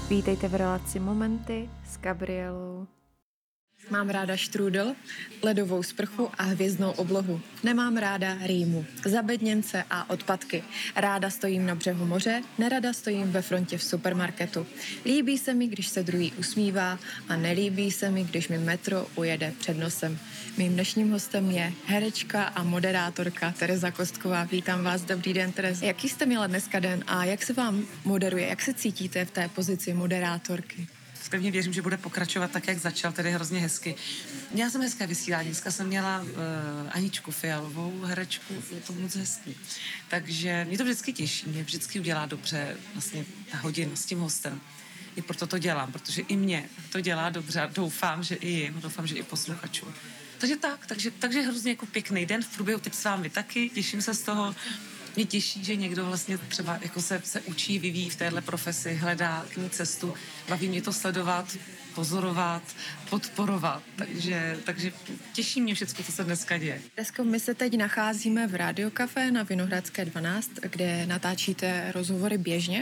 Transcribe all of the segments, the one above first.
Vítejte v relaci Momenty s Gabrielou. Mám ráda štrůdl, ledovou sprchu a hvězdnou oblohu. Nemám ráda rýmu, zabedněnce a odpadky. Ráda stojím na břehu moře, nerada stojím ve frontě v supermarketu. Líbí se mi, když se druhý usmívá a nelíbí se mi, když mi metro ujede před nosem. Mým dnešním hostem je herečka a moderátorka Tereza Kostková. Vítám vás, dobrý den, Terezo. Jaký jste měla dneska den a jak se vám moderuje, jak se cítíte v té pozici moderátorky? Pevně věřím, že bude pokračovat tak, jak začal, tedy hrozně hezky. Měla jsem hezké vysílání, dneska jsem měla Aničku Fialovou, herečku, je to moc hezký. Takže mě to vždycky těší, mě vždycky udělá dobře vlastně ta hodina s tím hostem. I proto to dělám, protože i mě to dělá dobře a doufám, že i jim, doufám, že i posluchačům. Takže hrozně jako pěkný den v průběhu, teď s vámi taky, těším se z toho. Mě těší, že někdo vlastně třeba jako se učí, vyvíjí v téhle profesi, hledá k ní cestu. Baví mě to sledovat, pozorovat, podporovat. Takže těší mě všechno, co se dneska děje. Teresko, my se teď nacházíme v Rádio Café na Vinohradské 12, kde natáčíte rozhovory běžně.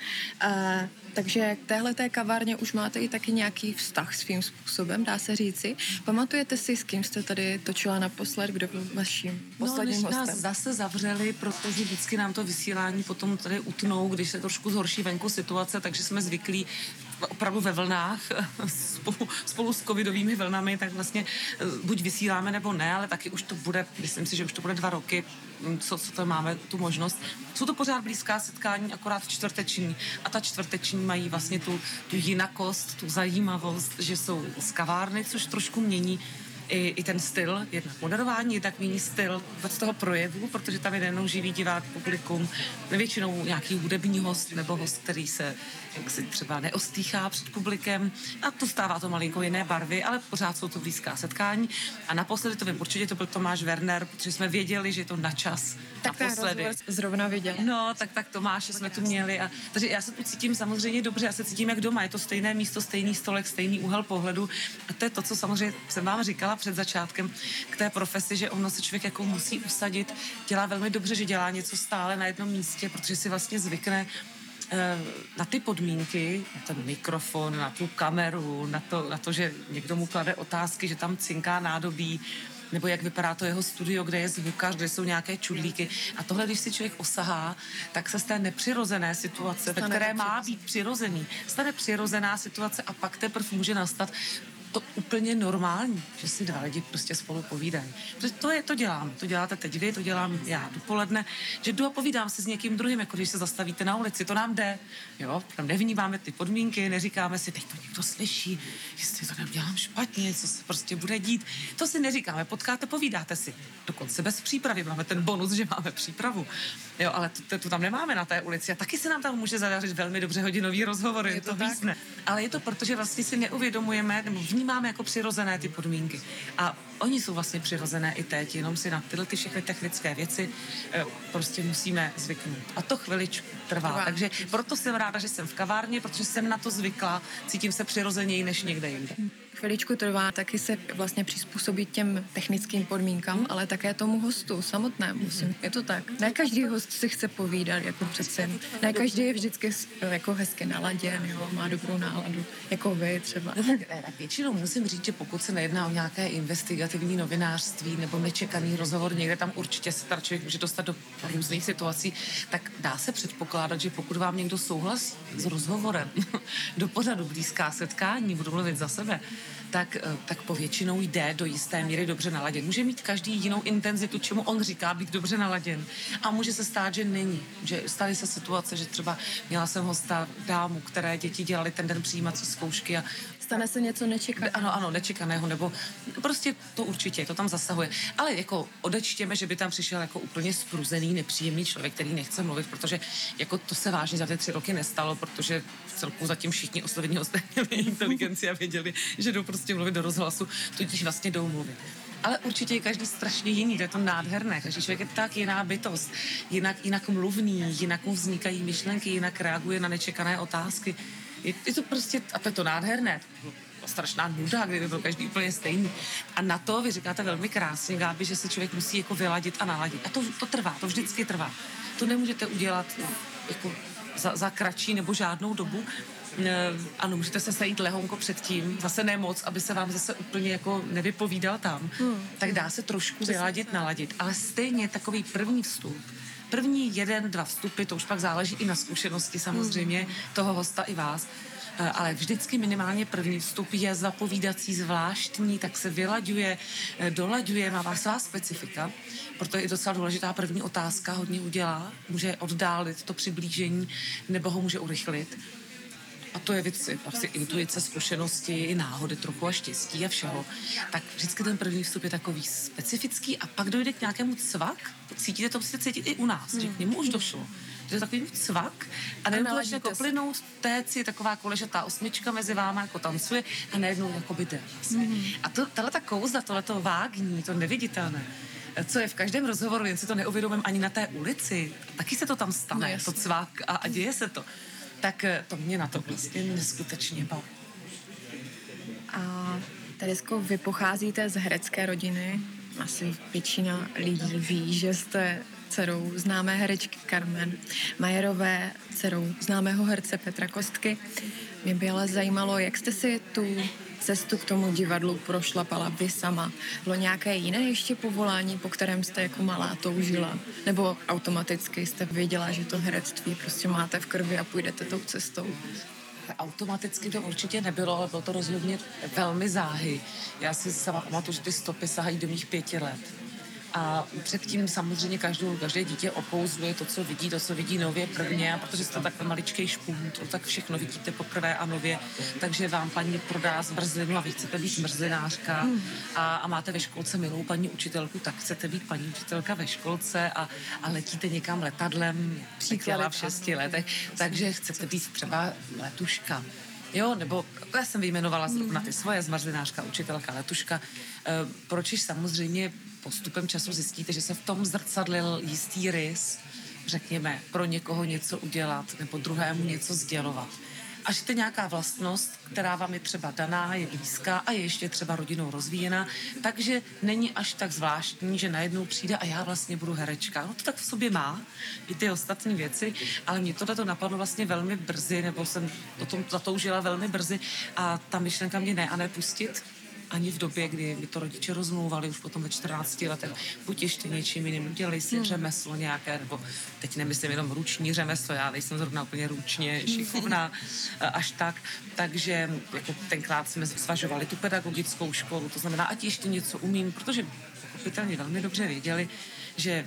Takže k téhleté kavárně už máte i taky nějaký vztah svým způsobem, dá se říci. Pamatujete si, s kým jste tady točila naposled, kdo byl vaším posledním hostem? Nás zase zavřeli, protože vždycky nám to vysílání potom tady utnou, když se trošku zhorší venku situace, takže jsme zvyklí opravdu ve vlnách spolu s covidovými vlnami, tak vlastně buď vysíláme nebo ne, ale taky už to bude, myslím si, že už to bude 2 roky, co to máme tu možnost. Jsou to pořád blízká setkání, akorát čtvrteční. A ta čtvrteční mají vlastně tu jinakost, tu zajímavost, že jsou z kavárny, což trošku mění i ten styl, jednak moderování, jednak mění styl z toho projevu, protože tam je nejenom živý divák, publikum, většinou nějaký hudební host nebo host, který se jaksi třeba neostýchá před publikem a to stává to malinko jiné barvy, ale pořád jsou to blízká setkání. A naposledy to vím, určitě to byl Tomáš Werner, protože jsme věděli, že je to na čas. Tak naposledy. Zrovna viděl. No, tak Tomáše jsme tu měli. Takže já se tu cítím samozřejmě dobře, já se cítím jak doma, je to stejné místo, stejný stolek, stejný úhel pohledu a to je to, co samozřejmě jsem vám říkala před začátkem k té profesi, že ono se člověk jako musí usadit, dělá velmi dobře, že dělá něco stále na jednom místě, protože si vlastně zvykne na ty podmínky, na ten mikrofon, na tu kameru, na to, že někdo mu klade otázky, že tam cinká nádobí, nebo jak vypadá to jeho studio, kde je zvukař, kde jsou nějaké čudlíky. A tohle, když si člověk osahá, tak se z té nepřirozené situace, ve které má být přirozený, stane přirozená situace a pak teprve může nastat to úplně normální, že si 2 lidi prostě spolu povídají. To dělám. To děláte teď vy, to dělám já dopoledne, že jdu a povídám se s někým druhým, jako když se zastavíte na ulici, to nám jde. Jo, tam nevnímáme ty podmínky, neříkáme si, teď to někdo slyší, jestli to neudělám špatně, co se prostě bude dít. To si neříkáme, potkáte, povídáte si. Dokonce bez přípravy, máme ten bonus, že máme přípravu. Jo, ale to tam nemáme na té ulici a taky se nám tam může zadařit velmi dobře hodinový rozhovor, je to víc ne. Ale je to proto, že vlastně si neuvědomujeme, nebo vnímáme jako přirozené ty podmínky. A oni jsou vlastně přirozené i teď, jenom si na tyhle všechny technické věci prostě musíme zvyknout. A to chviličku trvá. Takže proto jsem ráda, že jsem v kavárně, protože jsem na to zvykla, cítím se přirozeněji než někde jinde. Chviličku trvá, taky se vlastně přizpůsobit těm technickým podmínkám, ale také tomu hostu samotnému. Je to tak. Ne každý host si chce povídat, jako přece. Ne každý je vždycky jako hezky naladěn, jo, má dobrou náladu, jako vy třeba. Tak většinou musím říct, že pokud se nejedná o nějaké investigativní novinářství nebo nečekaný rozhovor, někde tam určitě se člověk může dostat do různých situací, tak dá se předpokládat, že pokud vám někdo souhlasí s rozhovorem do pořadu blízká setkání, budu mluvit za sebe, tak povětšinou jde do jisté míry dobře naladěn. Může mít každý jinou intenzitu, čemu on říká být dobře naladěn. A může se stát, že není. Že staly se situace, že třeba měla jsem hosta dámu, které děti dělali ten den přijímací zkoušky a stane se něco nečekaného. Ano, nečekaného, nebo prostě to určitě, to tam zasahuje. Ale jako odečtěme, že by tam přišel jako úplně spruzený, nepříjemný člověk, který nechce mluvit, protože jako to se vážně za ty 3 roky nestalo, protože v celku zatím všichni oslovení hosté měli inteligenci a věděli, že jdou prostě mluvit do rozhlasu, tudíž vlastně jdou mluvit. Ale určitě je každý strašně jiný, to je to nádherné. Každý člověk je tak jiná bytost, jinak mluvný, jinak mu vznikají myšlenky, jinak reaguje na nečekané otázky. Je to prostě, a to je to nádherné, to strašná nuda, kdyby byl každý úplně stejný. A na to vy říkáte velmi krásně, Gábi, že se člověk musí jako vyladit a naladit. A to trvá, to vždycky trvá. To nemůžete udělat jako za kratší nebo žádnou dobu. Ano, můžete se sejít lehonko předtím, zase ne moc, aby se vám zase úplně jako nevypovídal tam. Tak dá se trošku vyladit, naladit. Ale stejně takový první vstup, první 1-2 vstupy, to už pak záleží i na zkušenosti samozřejmě toho hosta i vás, ale vždycky minimálně první vstup je zapovídací, zvláštní, tak se vylaďuje, dolaďuje, má svá specifika, proto je docela důležitá první otázka, hodně udělá, může oddálit to přiblížení nebo ho může urychlit. A to je věc asi intuice, zkušenosti, i náhody trochu a štěstí a všeho. Tak vždycky ten první vstup je takový specifický a pak dojde k nějakému cvak. Cítíte to, musíte cítit i u nás, že k němu už došlo. To je takový cvak a najednou začne koplynout téci, je taková koležatá osmička mezi váma, jako tancuje a najednou jakoby jde. A tahle ta kouzla, tohleto vágní, to neviditelné, co je v každém rozhovoru, jen si to neuvědomím ani na té ulici, taky se to tam stane, to cvak a děje se to. Tak to mě na to vlastně neskutečně baví. A Teresko, vy pocházíte z herecké rodiny. Asi většina lidí ví, že jste dcerou známé herečky Carmen Majerové, dcerou známého herce Petra Kostky. Mě by ale zajímalo, jak jste si tu cestu k tomu divadlu prošlapala vy sama. Bylo nějaké jiné ještě povolání, po kterém jste jako malá toužila? Nebo automaticky jste věděla, že to herectví prostě máte v krvi a půjdete tou cestou? Automaticky to určitě nebylo, ale bylo to rozhodně velmi záhy. Já si sama pamatuju, že ty stopy sahají do mých 5 let. A předtím samozřejmě každé dítě opouzuje to, co vidí nově prvně, a protože jste tak maličkej špunt, tak všechno vidíte poprvé a nově, takže vám paní prodá zmrzlinu a vy chcete být zmrzlinářka a máte ve školce milou paní učitelku, tak chcete být paní učitelka ve školce a letíte někam letadlem, chtěla v 6 letech, takže chcete být třeba letuška. Jo, nebo já jsem vyjmenovala zrovna ty svoje, zmrzlinářka, učitelka, letuška, pročž samozřejmě postupem času zjistíte, že se v tom zrcadlil jistý rys, řekněme, pro někoho něco udělat nebo druhému něco sdělovat. A že to je nějaká vlastnost, která vám je třeba daná, je blízká a je ještě třeba rodinou rozvíjená, takže není až tak zvláštní, že najednou přijde a já vlastně budu herečka. No to tak v sobě má, i ty ostatní věci, ale mě tohle napadlo vlastně velmi brzy, nebo jsem o tom zatoužila velmi brzy a ta myšlenka mě nepustit. Ani v době, kdy mi to rodiče rozmlouvali už potom ve 14 letech, buď ještě něčím jiným, dělej si řemeslo nějaké, nebo teď nemyslím jenom ruční řemeslo, já nejsem zrovna úplně ručně šikovná, až tak, takže jako tenkrát jsme zvažovali tu pedagogickou školu, to znamená, ať ještě něco umím, protože pochopitelně velmi dobře věděli, že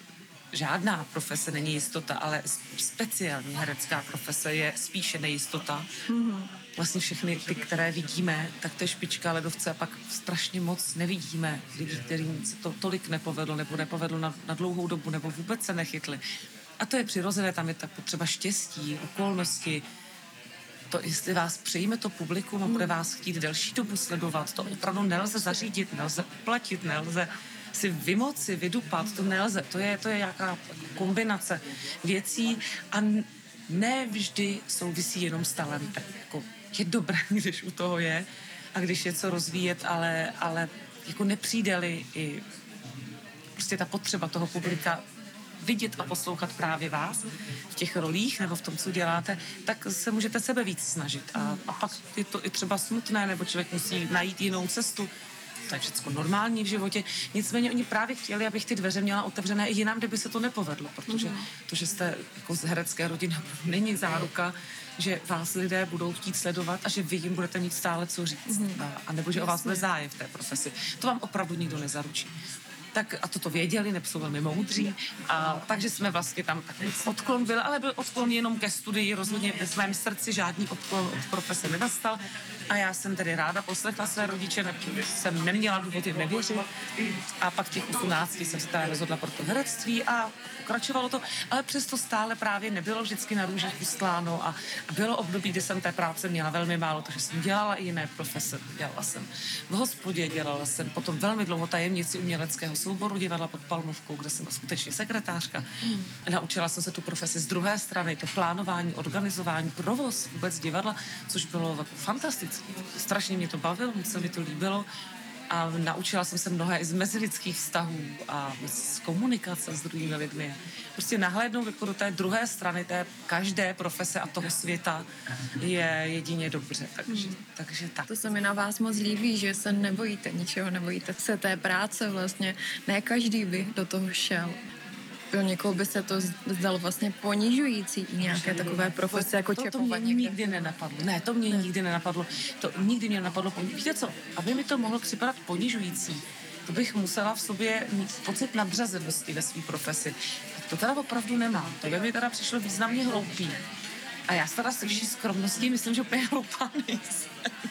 žádná profese není jistota, ale speciální herecká profese je spíše nejistota. Vlastně všechny ty, které vidíme, tak to je špička ledovce a pak strašně moc nevidíme lidí, kterým se to tolik nepovedlo nebo nepovedlo na dlouhou dobu nebo vůbec se nechytli. A to je přirozené, tam je tak potřeba štěstí, okolnosti. To, jestli vás přijme to publikum a bude vás chtít delší dobu sledovat, to opravdu nelze zařídit, nelze uplatit, nelze si vymoci, vydupat, to nelze. To je nějaká kombinace věcí a ne vždy souvisí jenom s talentem. Jako je dobré, když u toho je a když je co rozvíjet, ale jako nepřijde-li i prostě ta potřeba toho publika vidět a poslouchat právě vás v těch rolích nebo v tom, co děláte, tak se můžete sebe víc snažit. A pak je to i třeba smutné, nebo člověk musí najít jinou cestu. To je všechno normální v životě. Nicméně oni právě chtěli, abych ty dveře měla otevřené i jinam, kdyby se to nepovedlo, protože to, že jste jako z herecké rodiny, není záruka, že vás lidé budou chtít sledovat a že vy jim budete mít stále co říct. A nebo že o vás bude zájem v té profesi. To vám opravdu nikdo nezaručí. Tak a toto věděli, nebo jsou velmi moudří. A takže jsme vlastně tam takový odklon byl, ale byl odklon jenom ke studii, rozhodně ve svém srdci žádný odklon od profese nedostal. A já jsem tedy ráda poslechla své rodiče, jsem neměla důvod jim nevěřit. A pak v těch 18 jsem se teda rozhodla pro to herectví a pokračovalo to, ale přesto stále právě nebylo vždycky na růžích ustláno a bylo období, kdy jsem té práce měla velmi málo, takže jsem dělala i jiné profese. Dělala jsem v hospodě, dělala jsem potom velmi dlouho tajemnici uměleckého souboru divadla pod Palmovkou, kde jsem skutečně sekretářka. Naučila jsem se tu profesi z druhé strany, to plánování, organizování, provoz vůbec divadla, což bylo fantastické. Strašně mě to bavilo, moc se mi to líbilo a naučila jsem se mnohé i z mezilidských vztahů a z komunikace s druhými lidmi. Prostě nahlédnout jako do té druhé strany té každé profese a toho světa je jedině dobře. Takže tak. To se mi na vás moc líbí, že se nebojíte ničeho, nebojíte se té práce vlastně. Ne každý by do toho šel. Pro někoho by se to zdalo vlastně ponižující nějaké takové profese jako čepovat. To mě nikdy nenapadlo. Ne, to mě nikdy nenapadlo. To nikdy mě nenapadlo. Víte co, aby mi to mohlo připadat ponižující, to bych musela v sobě mít pocit nadřazenosti ve své profesi. To teda opravdu nemám. To by mi teda přišlo významně hloupý. A já se teda se vší skromností myslím, že úplně hloupá nejsem.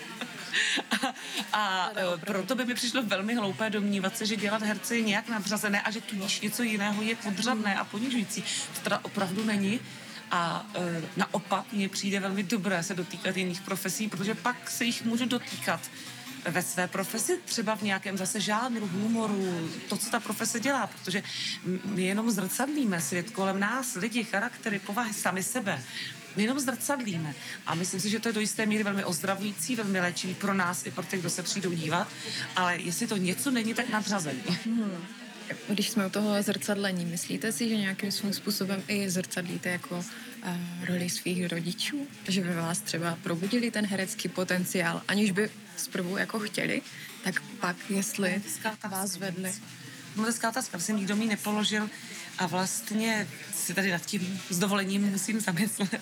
A proto by mi přišlo velmi hloupé domnívat se, že dělat herce je nějak nadřazené a že tudíž něco jiného je podřadné a ponižující. To teda opravdu není. A naopak mně přijde velmi dobré se dotýkat jiných profesí, protože pak se jich můžu dotýkat ve své profesi, třeba v nějakém zase žánru, humoru, to, co ta profese dělá, protože my jenom zrcadlíme svět kolem nás, lidi, charaktery, povahy, sami sebe. My jenom zrcadlíme. A myslím si, že to je do jisté míry velmi ozdravující, velmi léčivý pro nás i pro ty, kdo se přijdou dívat, ale jestli to něco není, tak nadřazený. Když jsme u toho zrcadlení, myslíte si, že nějakým svým způsobem i zrcadlíte jako roli svých rodičů? Že by vás třeba probudili ten herecký potenciál, aniž by zprvu jako chtěli, tak pak, jestli vás vedli. Hezká otázka, jsem nikdo mi nepoložil a vlastně si tady nad tím s dovolením musím zamyslet.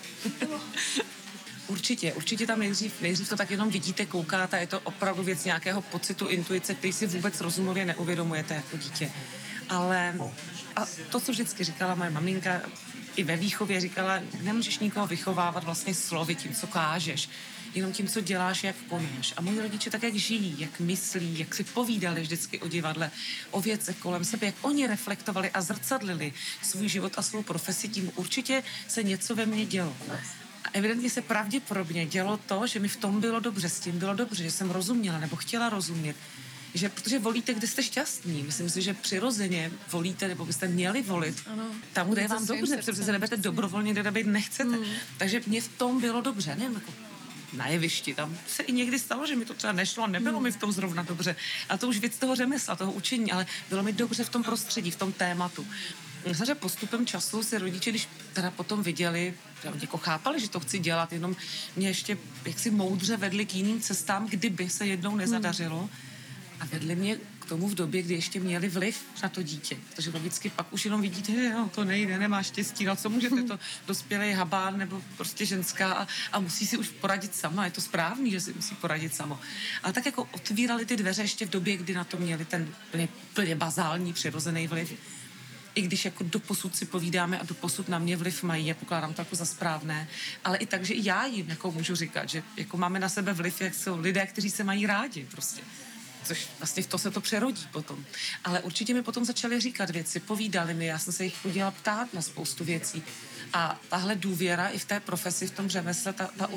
Určitě tam nejdřív to tak jenom vidíte, koukáte, je to opravdu věc nějakého pocitu, intuice, který si vůbec rozumově neuvědomujete jako dítě. Ale a to, co vždycky říkala moje maminka, i ve výchově říkala, nemůžeš nikoho vychovávat vlastně slovy tím, co kážeš, jenom tím, co děláš, jak konáš. A moji rodiče tak, jak žijí, jak myslí, jak si povídali vždycky o divadle, o věcech kolem sebe, jak oni reflektovali a zrcadlili svůj život a svou profesi, tím určitě se něco ve mně dělo. A evidentně se pravděpodobně dělo to, že mi v tom bylo dobře, s tím bylo dobře, že jsem rozuměla nebo chtěla rozumět. Že, protože volíte, kde jste šťastní. Myslím si, že přirozeně volíte, nebo byste měli volit tam, kde je vám dobře, protože se nebudete dobrovolně, kde být nechcete. Takže mě v tom bylo dobře, nevím, jako na jevišti. Tam se i někdy stalo, že mi to třeba nešlo, nebylo mi v tom zrovna dobře. A to už věc toho řemesla, toho učení, ale bylo mi dobře v tom prostředí, v tom tématu. Myslím, že postupem času si rodiče, když teda potom viděli, že oni jako chápali, že to chci dělat, jenom mě ještě jaksi moudře vedli k jiným cestám, kdyby se jednou nezadařilo. A vedli mě k tomu v době, kdy ještě měli vliv na to dítě. Takže logicky pak už jenom vidíte, že jo, to nejde, nemá štěstí, no co můžete, to dospělý habán nebo prostě ženská a musí si už poradit sama. Je to správný, že si musí poradit samo. Ale tak jako otvírali ty dveře ještě v době, kdy na to měli ten plně bazální přirozený vliv. I když jako doposud si povídáme a doposud na mě vliv mají, já pokládám to jako za správné, ale i tak, že i já jim jako můžu říkat, že jako máme na sebe vliv, jak jsou lidé, kteří se mají rádi prostě. Což vlastně v to se to přerodí potom. Ale určitě mi potom začali říkat věci, povídali mi, já jsem se jich chodila ptát na spoustu věcí. A tahle důvěra i v té profesi, v tom řemesle,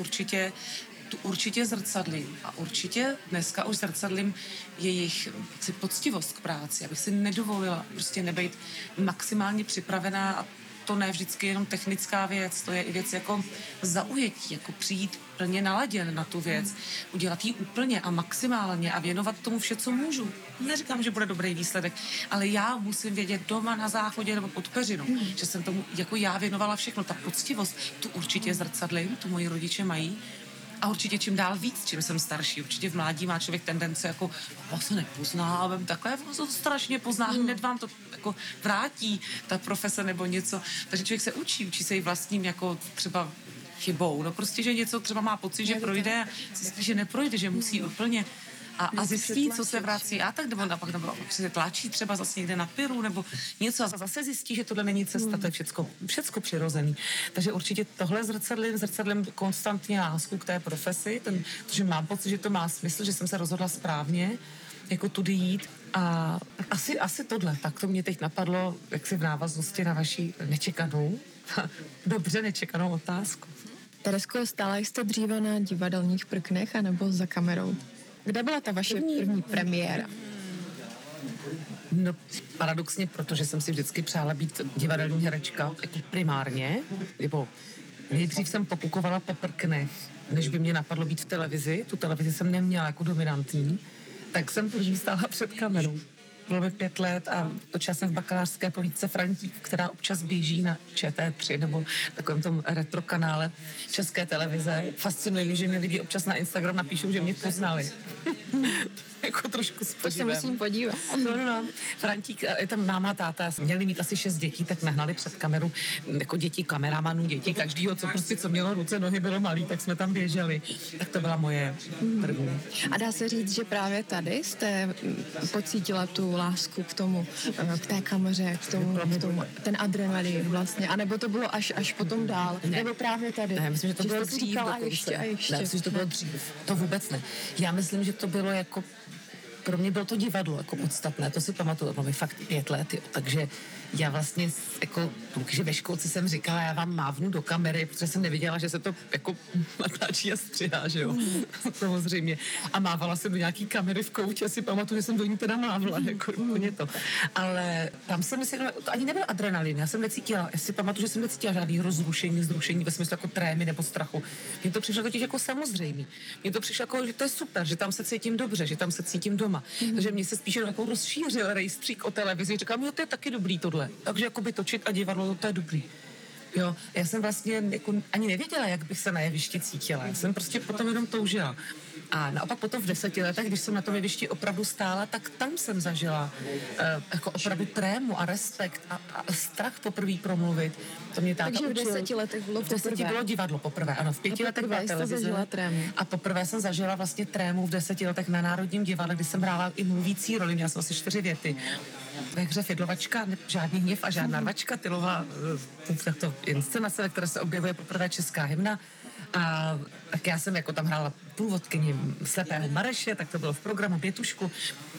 tu určitě zrcadlím. A určitě dneska už zrcadlím jejich poctivost k práci, abych si nedovolila prostě nebejt maximálně připravená a to ne vždycky jenom technická věc, to je i věc jako zaujetí, jako přijít plně naladěn na tu věc, udělat ji úplně a maximálně a věnovat tomu vše, co můžu. Neříkám, že bude dobrý výsledek, ale já musím vědět doma na záchodě nebo pod peřinou, že jsem tomu jako já věnovala všechno. Ta poctivost, tu určitě zrcadlím, tu moji rodiče mají. A určitě čím dál víc, čím jsem starší. Určitě v mládí má člověk tendence jako, se nepozná, ale takhle to strašně pozná, hned vám to jako vrátí, ta profese nebo něco. Takže člověk se učí se i vlastním jako třeba chybou. No prostě, že něco třeba má pocit, že projde a zjistí, že neprojde, že musí úplně a zjistí, co se vrací a tak, nebo pak se tlačí třeba zase někde na pyru, nebo něco a zase zjistí, že tohle není cesta, to je všecko přirozený. Takže určitě tohle zrcadlím konstantně lásku k té profesi, protože mám pocit, že to má smysl, že jsem se rozhodla správně, jako tudy jít a asi tohle, tak to mě teď napadlo, jak si v návaznosti na vaši dobře nečekanou otázku. Teresko, stála jste dříve na divadelních prknech anebo za kamerou? Kde byla ta vaše první premiéra? No, paradoxně, protože jsem si vždycky přála být divadelní herečka, jako primárně, nebo nejdřív jsem popukovala po prknech, než by mě napadlo být v televizi. Tu televizi jsem neměla jako dominantní, tak jsem první stála před kamerou. Bylo mi 5 let a točila jsem v bakalářské povídce Frantík, která občas běží na ČT3 nebo takovém tom retro kanále České televize. Fascinuje mě, že mi lidi občas na Instagram napíšou, že mě poznali. Jako trošku s podívem. To se musím podívat. No. Frantík, je tam máma, táta, měli mít asi 6 dětí, tak nahnali před kameru jako děti kameramanů, děti každýho, co mělo ruce, nohy, bylo malý, tak jsme tam běželi. Tak to byla moje první. A dá se říct, že právě tady jste pocítila tu lásku k tomu, k té kameře, k tomu ten adrenalin vlastně, anebo to bylo až potom dál, Ne. nebo právě tady? Ne, myslím, že to bylo jste si dřív říkala, dokonce. ještě. Ne, myslím, že to bylo dřív. To vůbec ne. Já myslím, že to bylo jako pro mě bylo to divadlo jako podstatné, to si pamatuju, bylo mi fakt 5 let, jo. Takže já vlastně jako, že ve školce jsem říkala, já vám mávnu do kamery, protože jsem neviděla, že se to jako natáčí a stříhá, že jo, samozřejmě. A mávala jsem do nějaký kamery v koutě, já si pamatuju, že jsem do ní teda mávla, jako úplně to. Ale tam jsem si, to ani nebyl adrenalin, já si pamatuju, že jsem necítila žádný rozrušení, zrušení ve smyslu jako trémy nebo strachu. Mně to přišlo totiž jako samozřejmý. Mně to přišlo jako, že to je super, že tam se cítím dobře, že tam se cítím doma. Takže mě se spíše jako rozšířil rejstřík o televizi. Říkám, jo, to je taky dobrý tohle. Takže jakoby točit a divadlo, to je dobrý. Jo, já jsem vlastně jako ani nevěděla, jak bych se na jevišti cítila. Já jsem prostě potom jenom toužila. A naopak potom v 10 letech, když jsem na tom jevišti opravdu stála, tak tam jsem zažila jako opravdu trému a respekt a strach poprvé promluvit. To mě táta Takže v učil. 10 letech bylo V 10 bylo divadlo poprvé, ano. V 5 letech byla televize. Zažila trému. A poprvé jsem zažila vlastně trému v 10 letech na Národním divadle, kdy jsem hrála i mluvící roli, měla jsem asi 4 věty. Ve hře Fidlovačka, žádný hněv a žádná rvačka, Tylová to inscenace, ve které se objevuje poprvé česká hymna. A tak já jsem jako tam hrála průvodkyni slepého Mareše, tak to bylo v programu Pětušku.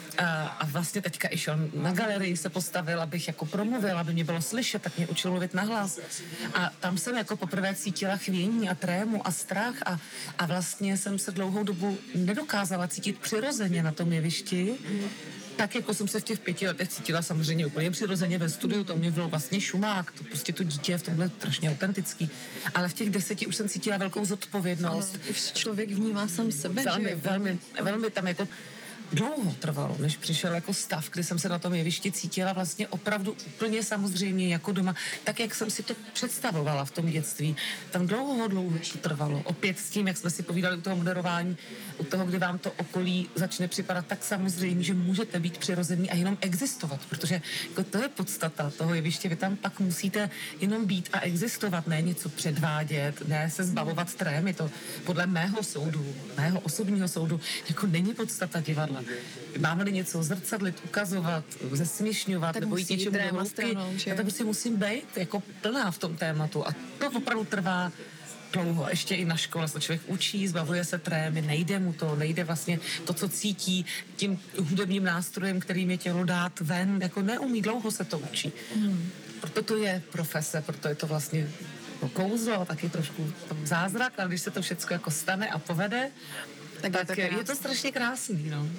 A vlastně teďka i šel na galerii, se postavil, abych jako promluvila, aby mě bylo slyšet, tak mě učil mluvit nahlas. A tam jsem jako poprvé cítila chvění a trému a strach a vlastně jsem se dlouhou dobu nedokázala cítit přirozeně na tom jevišti. Tak jako jsem se v těch 5 letech cítila samozřejmě úplně přirozeně ve studiu, to mě bylo vlastně šumák, to prostě to dítě je v tomhle strašně autentický. Ale v těch 10 už jsem cítila velkou zodpovědnost. Už člověk vnímá sám sebe, že? Velmi tam jako dlouho trvalo, než přišel jako stav, kdy jsem se na tom jevišti cítila vlastně opravdu úplně samozřejmě jako doma, tak jak jsem si to představovala v tom dětství. Tam dlouho to trvalo. Opět s tím, jak jsme si povídali u toho moderování, u toho, kdy vám to okolí začne připadat tak samozřejmě, že můžete být přirozený a jenom existovat, protože jako to je podstata toho jeviště. Vy tam pak musíte jenom být a existovat, ne něco předvádět, ne se zbavovat trémy. To podle mého soudu, mého osobního soudu, jako není podstata divadla. Máme-li něco zrcadlit, ukazovat, zesměšňovat, tak nebo jít něčemu do hloubky, a tak prostě musím být jako plná v tom tématu. A to opravdu trvá dlouho. Ještě i na škole se člověk učí, zbavuje se trémy, nejde mu to, nejde vlastně to, co cítí tím hudebním nástrojem, kterým je tělo dát ven, jako neumí, dlouho se to učí. Proto to je profese, proto je to vlastně kouzlo, taky trošku zázrak, ale když se to všechno jako stane a povede, tak je to strašně krásný, no.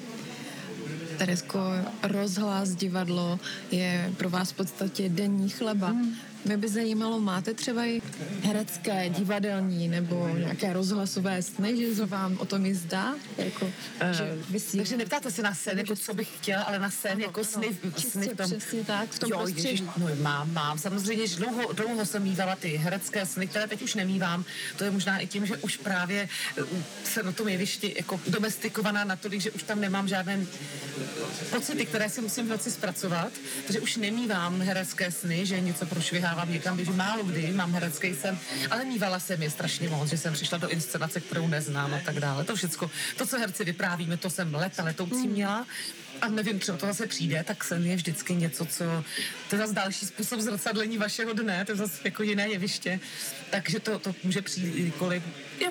Teresko, rozhlas, divadlo je pro vás v podstatě denní chleba. Mě by zajímalo, máte třeba i herecké, divadelní nebo nějaké rozhlasové sny, že se vám o tom i zdá? Jako, že takže neptáte se na sen, jako co bych chtěla, ale na sen, jako sny v tom. Přesně tak, v tom prostředí. Ježiš, no, mám. Samozřejmě, že dlouho jsem mívala ty herecké sny, které teď už nemívám. To je možná i tím, že už právě se na tom jevišti jako domestikovaná natolik, že už tam nemám žádné pocity, které si musím v noci zpracovat, takže už nemívám herecké sny, že něco prošvihávám někam, že málo kdy mám herecký sen, ale mívala jsem je strašně moc, že jsem přišla do inscenace, kterou neznám a tak dále. To všecko, to, co herci vyprávíme, to jsem letoucí měla. A nevím, třeba to zase přijde, tak sen je vždycky něco, co... To je zase další způsob zrcadlení vašeho dne, to je zase jako jiné jeviště. Takže to může přijít kdykoliv.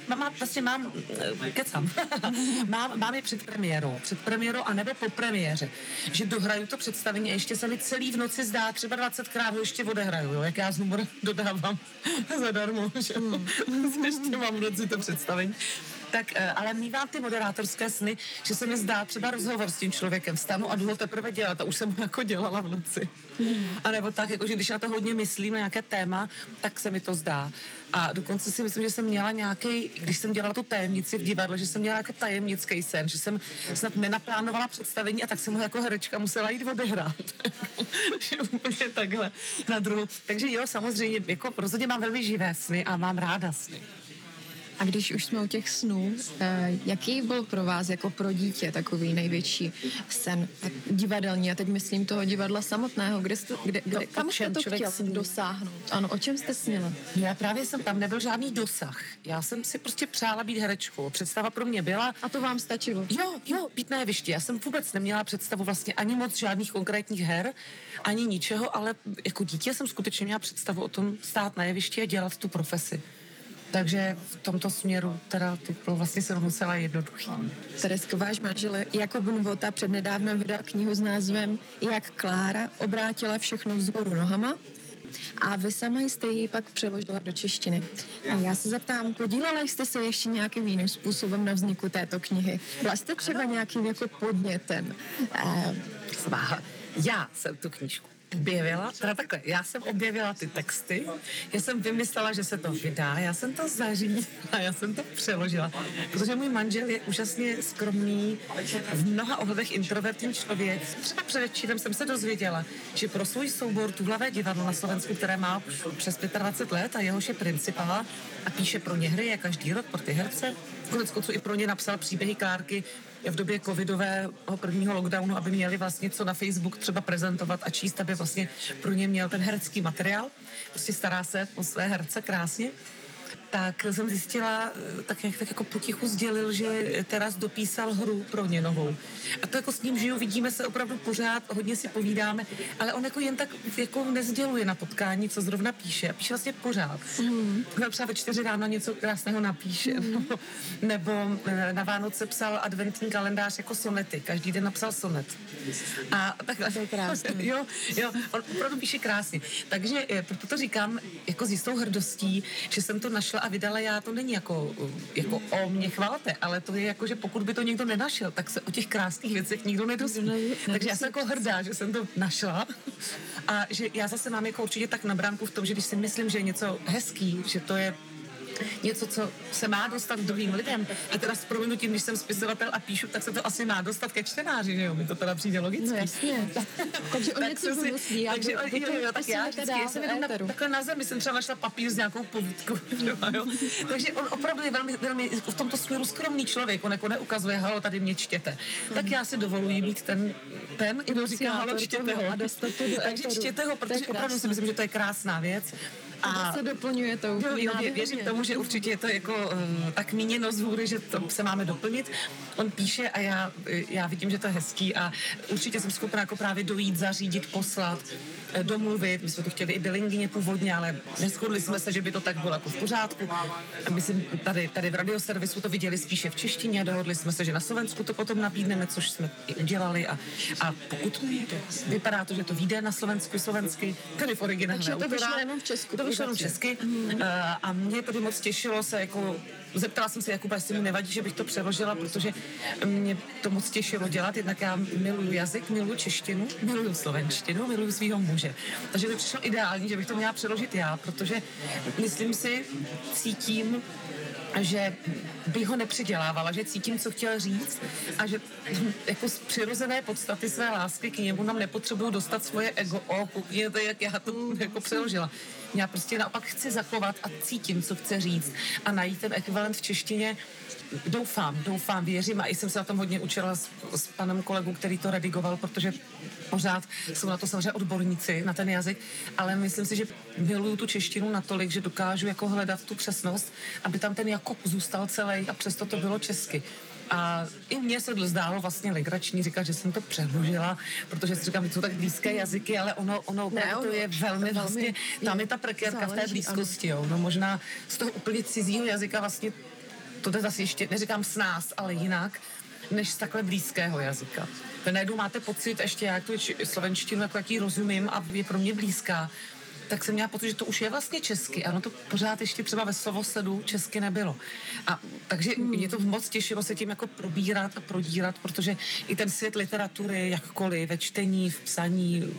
Kecám. mám je před premiérou a nebo po premiéře. Že dohraju to představení a ještě se mi celý v noci zdá, třeba 20krát ho ještě odehraju, jo, jak já z numer dodávám zadarmo, že ještě mám v noci to představení. Tak, ale mívám ty moderátorské sny, že se mi zdá třeba rozhovor s tím člověkem, vstanu a jdu ho teprve dělat a už jsem ho jako dělala v noci. A nebo tak, jako, že když na to hodně myslím, na nějaké téma, tak se mi to zdá. A dokonce si myslím, že jsem měla nějaký, když jsem dělala tu tajemnici v divadle, že jsem měla jako tajemnický sen, že jsem snad nenaplánovala představení a tak jsem ho jako herečka musela jít odehrát. Že úplně takhle na druhou. Takže jo, samozřejmě, jako rozhodně mám velmi živé sny a mám ráda sny. A když už jsme u těch snů, jaký byl pro vás jako pro dítě takový největší sen divadelní? A teď myslím toho divadla samotného, kam jste to chtěl dosáhnout? Ano, o čem jste snila? Já právě jsem tam nebyl žádný dosah. Já jsem si prostě přála být herečkou. Představa pro mě byla... A to vám stačilo? Jo, být na jevišti. Já jsem vůbec neměla představu vlastně ani moc žádných konkrétních her, ani ničeho, ale jako dítě jsem skutečně měla představu o tom stát na jevišti a dělat tu profesi. Takže v tomto směru teda to bylo vlastně se musela jednoduchý. Teresko, váš manžel Jakub Nvota přednedávnem vydal knihu s názvem Jak Klára obrátila všechno vzhůru nohama a vy sama jste ji pak přeložila do češtiny. A já se zeptám, podílela jste se ještě nějakým jiným způsobem na vzniku této knihy? Byla jste třeba nějakým jako podnětem? Já jsem tu knížku objevila, teda takhle, já jsem objevila ty texty, já jsem vymyslela, že se to vydá, já jsem to zařídila, já jsem to přeložila, protože můj manžel je úžasně skromný, v mnoha ohledech introvertní člověk. Třeba předevčírem jsem se dozvěděla, že pro svůj soubor Tuhlavé divadlo na Slovensku, které má přes 25 let a jehož je principál a píše pro ně hry, jak každý rok pro ty herce, koneckonců i pro ně napsal příběhy Klárky v době covidového prvního lockdownu, aby měli vlastně co na Facebook třeba prezentovat a číst, aby vlastně pro ně měl ten herecký materiál. Prostě stará se o své herce krásně. Tak jsem zjistila, tak jako potichu sdělil, že teraz dopísal hru pro ně novou. A to jako s ním žiju, vidíme se opravdu pořád, hodně si povídáme, ale on jako jen tak jako nezděluje na potkání, co zrovna píše. A píše vlastně pořád. Třeba ve 4 ráno něco krásného napíše. Nebo na Vánoce psal adventní kalendář jako sonety. Každý den napsal sonet. A tak to je krásné. Jo, on opravdu píše krásně. Takže proto to říkám jako s jistou hrdostí, že jsem to našla a vydala já, to není jako o mě chvalte, ale to je jako, že pokud by to někdo nenašel, tak se o těch krásných věcech nikdo nedozví. Takže já jsem jako hrdá, že jsem to našla a že já zase mám jako určitě tak na bránku v tom, že když si myslím, že je něco hezký, že to je něco, co se má dostat druhým lidem. A teda s prominutím, když jsem spisovatel a píšu, tak se to asi má dostat ke čtenáři, že jo? Mi to teda přijde logicky. No jasně. Takže on něco myslí. Tak já jsem jenom takhle na zemi, jsem třeba našla papír s nějakou povídkou. Takže on opravdu je velmi v tomto směru skromný člověk. On jako neukazuje, halo, tady mě čtěte. Tak já si dovoluji mít ten kdo říká, halo, čtěte ho. Takže čtěte ho, protože opravdu si myslím, že to je krásná věc. A se doplňuje to. Věřím tomu, že určitě je to jako tak míněno z hůry, že to se máme doplnit. On píše a já vidím, že to je hezký a určitě jsem schopná jako právě dojít, zařídit, poslat, domluvit. My jsme to chtěli i bilingině původně, ale neshodli jsme se, že by to tak bylo jako v pořádku. A myslím, tady v radioservisu to viděli spíše v češtině, dohodli jsme se, že na Slovensku to potom nabídneme, což jsme i udělali a pokud vypadá to, že to vyjde na Slovensku, slovensky, tedy v originále. Takže to vyšlo jenom v Česku. To vyšlo jenom česky a mě tedy moc těšilo se jako zeptala jsem se Jakuba, jestli mu nevadí, že bych to přeložila, protože mě to moc těšilo dělat, jednak já miluju jazyk, miluju češtinu, miluju slovenštinu, miluju svýho muže. Takže mi přišlo ideální, že bych to měla přeložit já, protože myslím si, cítím, že bych ho nepředělávala, že cítím, co chtěl říct a že jako z přirozené podstaty své lásky k němu nám nepotřebuju dostat svoje ego, koukněte, jak já to jako přeložila. Já prostě naopak chci zachovat a cítím, co chce říct a najít ten ekvivalent v češtině. Doufám, věřím a i jsem se na tom hodně učila s panem kolegou, který to redigoval, protože pořád jsou na to samozřejmě odborníci, na ten jazyk, ale myslím si, že miluju tu češtinu natolik, že dokážu jako hledat tu přesnost, aby tam ten Jakub zůstal celý a přesto to bylo česky. A i mně se zdálo vlastně legrační říkat, že jsem to přeložila, protože si říkám, že jsou tak blízké jazyky, ale ono to je velmi vlastně, tam je ta prekérka v té blízkosti, jo. No možná z toho úplně cizího jazyka vlastně, to je zase ještě, neříkám s nás, ale jinak, než z takhle blízkého jazyka. Najednou máte pocit, ještě jak tu slovenštinu, jako jaký rozumím a je pro mě blízká, tak jsem měla pocit, že to už je vlastně česky. Ano, to pořád ještě třeba ve slovosedu česky nebylo. A takže mě to moc těšilo se tím jako probírat a prodírat, protože i ten svět literatury, jakkoliv, ve čtení, v psaní,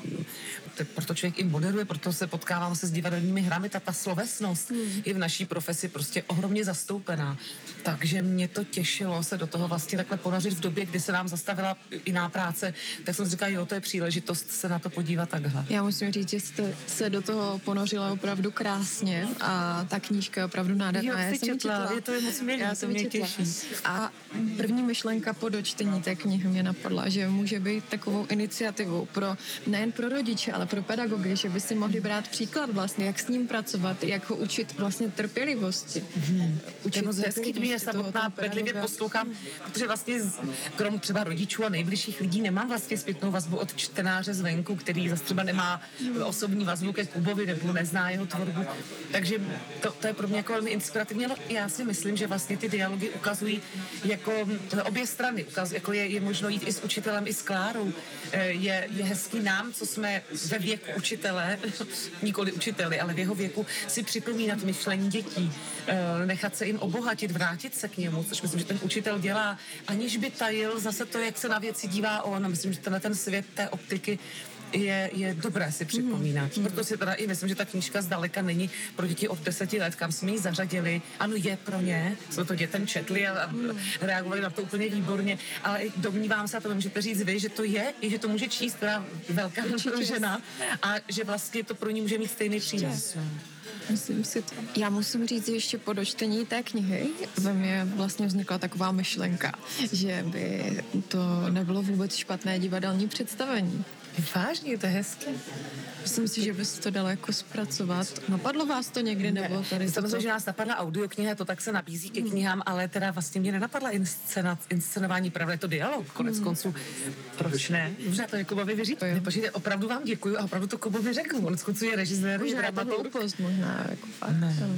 proto člověk i moderuje, proto se potkávám se s divadelními hrami, ta slovesnost je v naší profesi prostě ohromně zastoupená. Takže mě to těšilo se do toho vlastně takhle ponořit v době, kdy se nám zastavila jiná práce, tak jsem si říkala, jo, to je příležitost se na to podívat takhle. Já musím říct, že jste se do toho ponořila opravdu krásně a ta knížka je opravdu nádherná. Já jsem četla. Je to je moc milý, to mě těší. A první myšlenka po dočtení té knihy mě napadla, že může být takovou iniciativou pro nejen pro rodiče, ale pro pedagogy, že by si mohli brát příklad vlastně, jak s ním pracovat, jak ho učit vlastně trpělivosti. Učit moc hezký, když je samotná bedlivě poslouchám, protože vlastně krom třeba rodičů a nejbližších lidí nemám vlastně zpětnou vazbu od čtenáře zvenku, který zase třeba nemá osobní vazbu ke Kubovi nebo nezná jeho tvorbu. Takže to je pro mě jako velmi inspirativní. No, já si myslím, že vlastně ty dialogy ukazují jako obě strany. Jako je možno jít i s učitelem, i s Klárou. Je hezký nám, co jsme ve věku učitele, nikoli učiteli, ale v jeho věku, si připomínat myšlení dětí, nechat se jim obohatit, vrátit se k němu, což myslím, že ten učitel dělá, aniž by tajil zase to, jak se na věci dívá on. Myslím, že ten svět té optiky je dobré si připomínat. Proto si teda i myslím, že ta knížka zdaleka není pro děti od 10 let, kam jsme ji zařadili. Ano, je pro ně, jsme to dětem četli a reagovali na to úplně výborně, ale domnívám se, a to můžete říct vy, že to je, i že to může číst teda velká žena a že vlastně to pro ní může mít stejný přínos. Myslím si to. Já musím říct, že ještě po dočtení té knihy ve mně vlastně vznikla taková myšlenka, že by to nebylo vůbec špatné divadelní představení. Vážně, to je hezké. Myslím si, že by se to dalo jako zpracovat. Napadlo vás to někdy? Ne, nebo tady samozřejmě, že nás napadla audiokniha, to tak se nabízí ke knihám, ale teda vlastně mě nenapadla inscenování, pravda je to dialog, konec konců. Proč ne? Dobře, to je Kubovi vyříct. Počkejte, opravdu vám děkuju a opravdu to Kubovi řeknu. Konec konců je režisér, je dramaturg. Možná, jako fakt.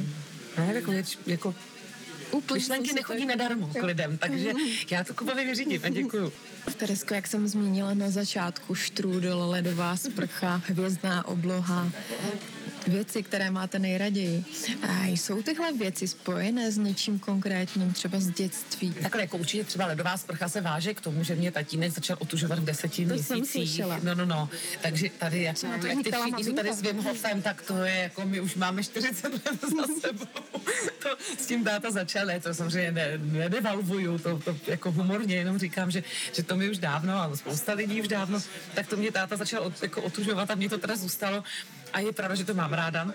Ne, jako myšlenky nechodí nadarmo k lidem, takže já to Kubovi vyřídím a děkuju. Teresko, jak jsem zmínila na začátku, štrůdl, ledová sprcha, hvězdná obloha, věci, které máte nejraději. A jsou tyhle věci spojené s něčím konkrétním, třeba z dětství? Takhle jako určitě třeba ledová sprcha se váže k tomu, že mě tatínek začal otužovat v 10 měsících. No. Takže tady, jak ty všichni jsou tady s Wim Hofem, tak to je jako my už máme 40 let za sebou. To s tím táta začal, to samozřejmě nedevalvuju, to jako humorně, jenom říkám, že to mi už dávno, a spousta lidí už dávno, tak to mě táta začal jako otužovat a mě to teda zůstalo. A je pravda, že to mám ráda.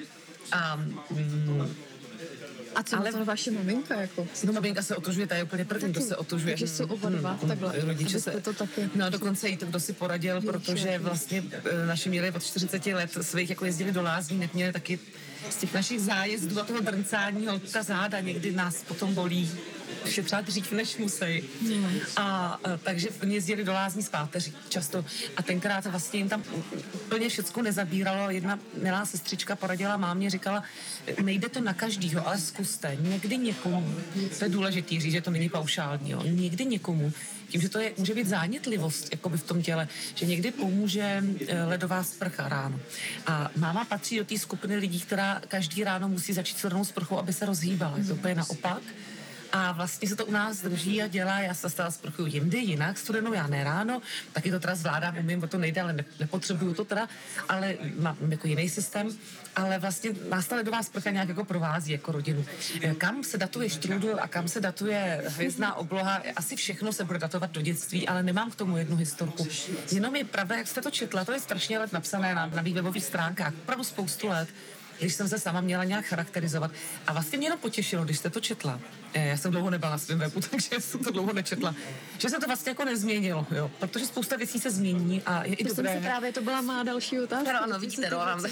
A co ale vaše maminka? Jako? No, maminka se otužuje, ta je úplně první, kdo se otužuje. Takže jsou oba dva takhle. Rodiče se to taky. No, dokonce i to, kdo si poradil, protože vlastně naši měli od 40 let svých, jako jezdili do lázní, měli taky z těch našich zájezdů a toho drncáního, ta záda někdy nás potom bolí. Už je třeba dřív, než musí. A takže oni jezdili do lázní s páteří často. A tenkrát vlastně jim tam úplně všecko nezabíralo. Jedna milá sestřička poradila mámě, říkala, nejde to na každýho, ale zkuste. Někdy někomu, to je důležitý říct, že to není paušální, jo. Někdy někomu, tím, že to může být zánětlivost jakoby v tom těle, že někdy pomůže ledová sprcha ráno. A máma patří do té skupiny lidí, která každý ráno musí začít studenou sprchou, aby se rozhýbala. Je to úplně naopak. A vlastně se to u nás drží a dělá. Já se stala sprchuju jindy, jinak studenou, já ne ráno, taky to teda zvládám, umím, o to nejde, ale nepotřebuju to teda, ale mám jako jiný systém. Ale vlastně nás ta ledová sprcha nějak jako provází jako rodinu. Kam se datuje štrůdl a kam se datuje hvězdná obloha, asi všechno se bude datovat do dětství, ale nemám k tomu jednu historku. Jenom je pravda, jak jste to četla, to je strašně let napsané na mých webových stránkách, opravdu spoustu let, když jsem se sama měla nějak charakterizovat. A vlastně mě jenom potěšilo, když jste to četla. Já jsem dlouho nebyla na svém webu, takže jsem to dlouho nečetla. Že se to vlastně jako nezměnilo, jo. Protože spousta věcí se změní a je i dobré. Právě to byla má další otázka. Ano, vidíte,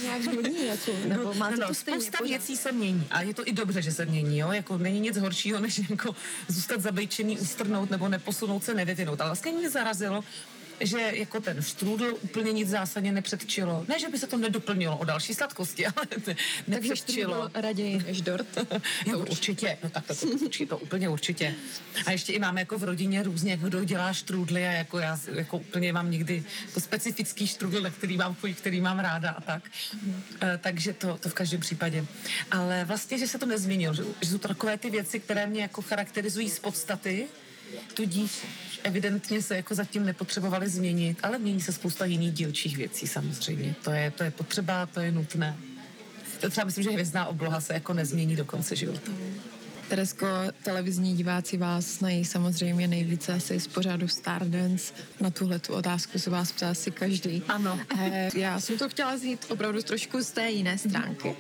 spousta věcí se mění a je to i dobře, že se mění, jo. Jako není nic horšího, než jako zůstat zabejčený, ustrnout nebo neposunout se, nevyvinout. Ale vlastně mě zarazilo, že jako ten štrůdl úplně nic zásadně nepředčilo. Ne, že by se to nedoplnilo o další sladkosti, ale Takže štrůdl raději než dort. Jo, určitě, no tak to úplně určitě. A ještě i máme jako v rodině různě, kdo dělá štrůdly a jako já jako úplně mám někdy to specifický štrůdl, který mám ráda a tak. Takže to v každém případě. Ale vlastně, že se to nezměnilo, že jsou to takové ty věci, které mě jako charakterizují z podstaty, tudíž evidentně se jako zatím nepotřebovaly změnit, ale mění se spousta jiných dílčích věcí samozřejmě. To je potřeba, to je nutné. To třeba myslím, že hvězdná obloha se jako nezmění do konce života. Teresko, televizní diváci vás znají samozřejmě nejvíce asi z pořadu Stardance. Na tuhletu otázku se vás ptá asi každý. Ano. Já jsem to chtěla vzít opravdu trošku z té jiné stránky.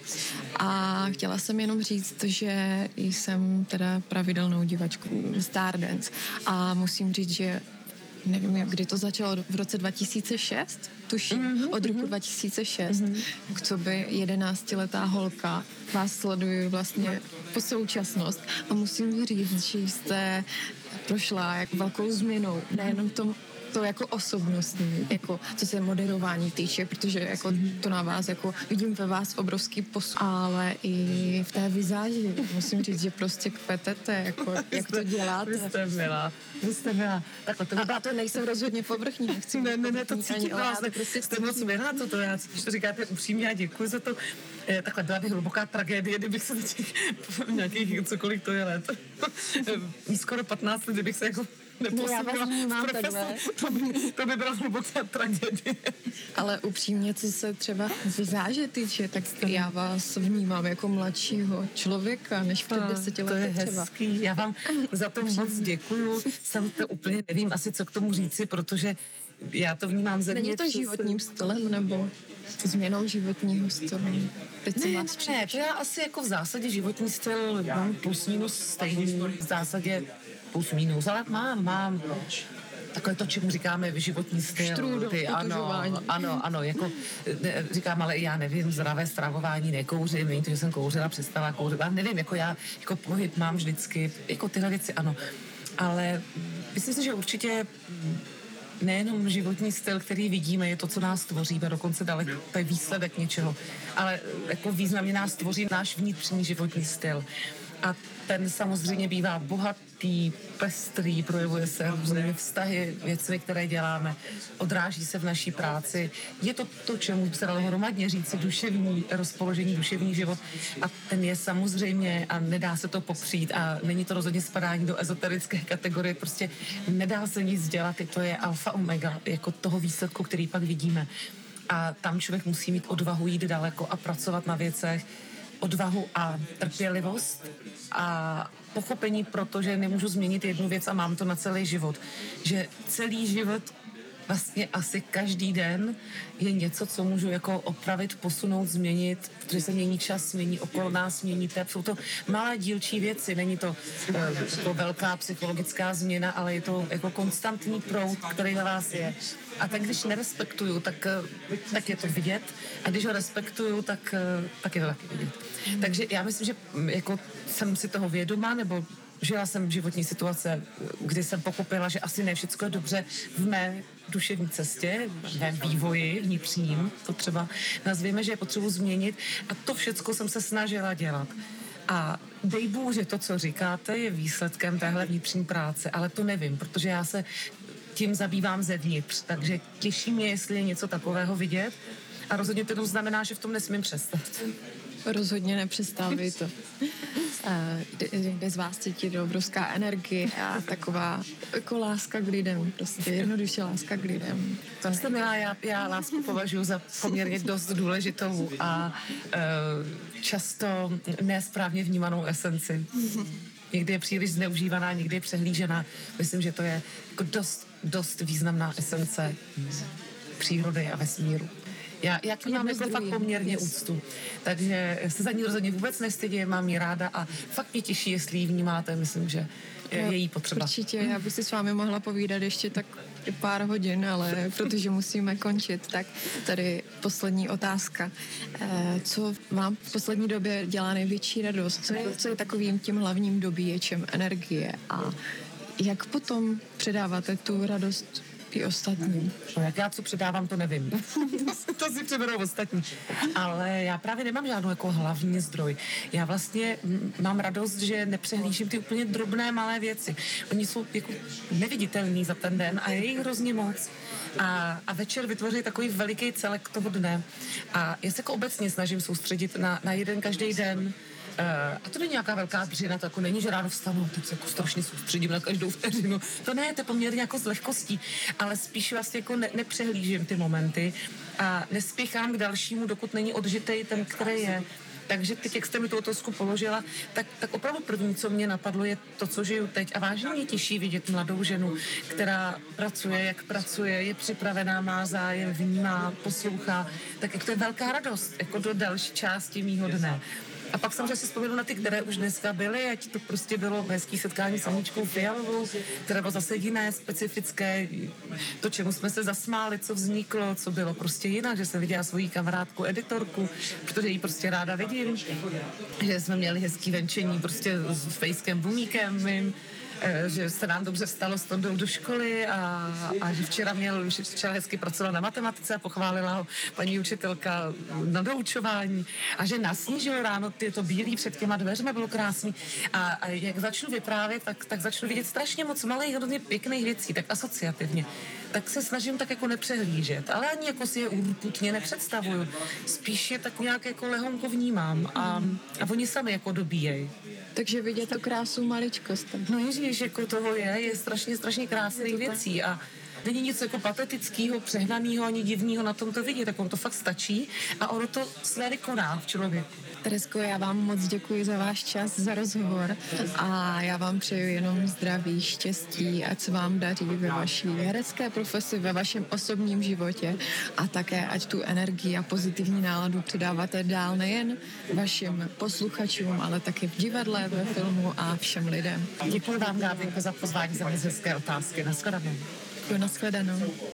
A chtěla jsem jenom říct, že jsem teda pravidelnou divačkou Stardance. A musím říct, že nevím, kdy to začalo, v roce 2006, tuším, od roku 2006, co by 11letá holka vás sleduju vlastně po současnost a musím říct, že jste prošla jako velkou změnou, nejenom to jako osobnostní, jako co se moderování týče, protože jako to na vás, jako vidím ve vás obrovský posun, ale i v té vizáži musím říct, že prostě kvetete, jako jak to děláte. Vy jste milá. Takhle, to nejsem rozhodně povrchní, nechci ne, to cítím vás, prostě jste moc milá, co to já, když to říkáte upřímně a děkuji za to. Takhle byla by hluboká tragédie, kdybych se do těch nějakých, cokoliv to je let, skoro 15 let, kdybych se jako neposunula v profesu, to by byla hluboká tragédie. Ale upřímně, co se třeba vizáže týče, tak já vás vnímám jako mladšího člověka, než před 10 lety. To je třeba. hezký, já vám za to moc děkuju. Sam to úplně nevím asi, co k tomu říci, protože já to vnímám zevnitř. Není to životním stylem, nebo změnou životního stylu? Teď se vás Ne, to já asi jako v zásadě životní styl mám plus minus stejný, v zásadě plus minus, ale mám takové to, čemu říkáme životní styl. Štrůdl, ano, jako říkám, ale já nevím, zdravé stravování, nekouřím, není to, že jsem kouřila, přestala kouřit, ale nevím, jako já jako pohyb mám vždycky, jako tyhle věci, ano. Ale myslím si, že určitě nejenom životní styl, který vidíme, je to, co nás tvoří, a dokonce daleko, to je výsledek něčeho, ale jako významně nás tvoří náš vnitřní životní styl. A ten samozřejmě bývá bohatý, pestrý, projevuje se různými vztahy, věcmi, které děláme, odráží se v naší práci. Je to, čemu se dalo hromadně říct, duševní rozpoložení, duševní život. A ten je samozřejmě, a nedá se to popřít, a není to rozhodně spadání do ezoterické kategorie, prostě nedá se nic dělat, to je alfa omega, jako toho výsledku, který pak vidíme. A tam člověk musí mít odvahu jít daleko a pracovat na věcech, odvahu a trpělivost a pochopení, protože nemůžu změnit jednu věc a mám to na celý život. Že celý život, vlastně asi každý den je něco, co můžu jako opravit, posunout, změnit, protože se mění čas, mění okolo nás, mění tep. Jsou to malé dílčí věci, není to jako velká psychologická změna, ale je to jako konstantní proud, který na vás je. A tak když nerespektuju, tak je to vidět. A když ho respektuju, tak je to taky vidět. Takže já myslím, že jako jsem si toho vědomá, nebo žila jsem životní situace, kdy jsem pochopila, že asi ne všecko je dobře v mé duševní cestě, v mém vývoji vnitřním, to třeba nazvěme, že je potřebu změnit, a to všecko jsem se snažila dělat. A dej Bůh, že to, co říkáte, je výsledkem téhle vnitřní práce, ale to nevím, protože já se tím zabývám zevnitř, takže těší mě, jestli je něco takového vidět, a rozhodně to znamená, že v tom nesmím přestat. Rozhodně nepřestávají to. Jde z vás cítit obrovská energie a taková jako láska k lidem, prostě jednoduše láska k lidem. To jste milá, já lásku považuji za poměrně dost důležitou a často nesprávně vnímanou esenci. Někdy je příliš zneužívaná, někdy je přehlížená. Myslím, že to je jako dost významná esence přírody a vesmíru. Já k ní mám jako fakt poměrně úctu. Takže se za ní rozhodně vůbec nestydím, mám ji ráda a fakt mě těší, jestli ji vnímáte. Myslím, že je jí potřeba. Určitě, já bych si s vámi mohla povídat ještě tak pár hodin, ale protože musíme končit, tak tady poslední otázka. Co vám v poslední době dělá největší radost? Co je takovým tím hlavním dobíječem energie a jak potom předáváte tu radost i ostatní. No, jak já co předávám, to nevím. To si přeberou ostatní. Ale já právě nemám žádnou jako hlavní zdroj. Já vlastně mám radost, že nepřehlížím ty úplně drobné malé věci. Oni jsou jako neviditelní za ten den a je jich hrozně moc. A večer vytvoří takový veliký celek toho dne. A já se jako obecně snažím soustředit na jeden každý den. A to není nějaká velká dřina, to jako není, že ráno vstanu, teď se jako strašně soustředím na každou vteřinu. To ne, to je poměrně jako s lehkostí, ale spíš vlastně jako nepřehlížím ty momenty a nespěchám k dalšímu, dokud není odžitej ten, který je. Takže teď, jak jste mi tu otázku položila, tak opravdu první, co mě napadlo, je to, co žiju teď. A vážně mě těší vidět mladou ženu, která pracuje, jak pracuje, je připravená, má zájem, vnímá, poslouchá. Tak jak to je velká radost, jako do další části mýho dne. A pak samozřejmě si vzpomenu na ty, které už dneska byly, ať to prostě bylo hezký setkání s Aničkou Fialovou, které bylo zase jiné, specifické, to, čemu jsme se zasmáli, co vzniklo, co bylo prostě jinak, že jsem viděla svoji kamarádku, editorku, protože ji prostě ráda vidím, že jsme měli hezký venčení prostě s Fejskem Bumíkem mým, že se nám dobře stalo s Tondou do školy a že včera hezky pracoval na matematice a pochválila ho paní učitelka na doučování a že nasnížil ráno to bílý před těma dveřma, bylo krásný a jak začnu vyprávět, tak začnu vidět strašně moc malých, hrozně pěkných věcí, tak asociativně. Tak se snažím tak jako nepřehlížet, ale ani jako si je urputně nepředstavuju. Spíš je tak nějak jako lehonko vnímám a oni sami jako dobíjejí. Takže vidět tu krásu maličkostem. No ježiš, jako toho je strašně krásných věcí a není nic jako patetického, přehnaného ani divného na tom to vidět, tak on to fakt stačí a ono to své koná v člověku. Teresko, já vám moc děkuji za váš čas, za rozhovor a já vám přeju jenom zdraví, štěstí, ať se vám daří ve vaší herecké profesi, ve vašem osobním životě a také ať tu energii a pozitivní náladu předáváte dál nejen vašim posluchačům, ale také v divadle, ve filmu a všem lidem. Děkuji vám, Gábinko, za pozvání, za hezké otázky. Naschledanou. Děkuji, nashledanou.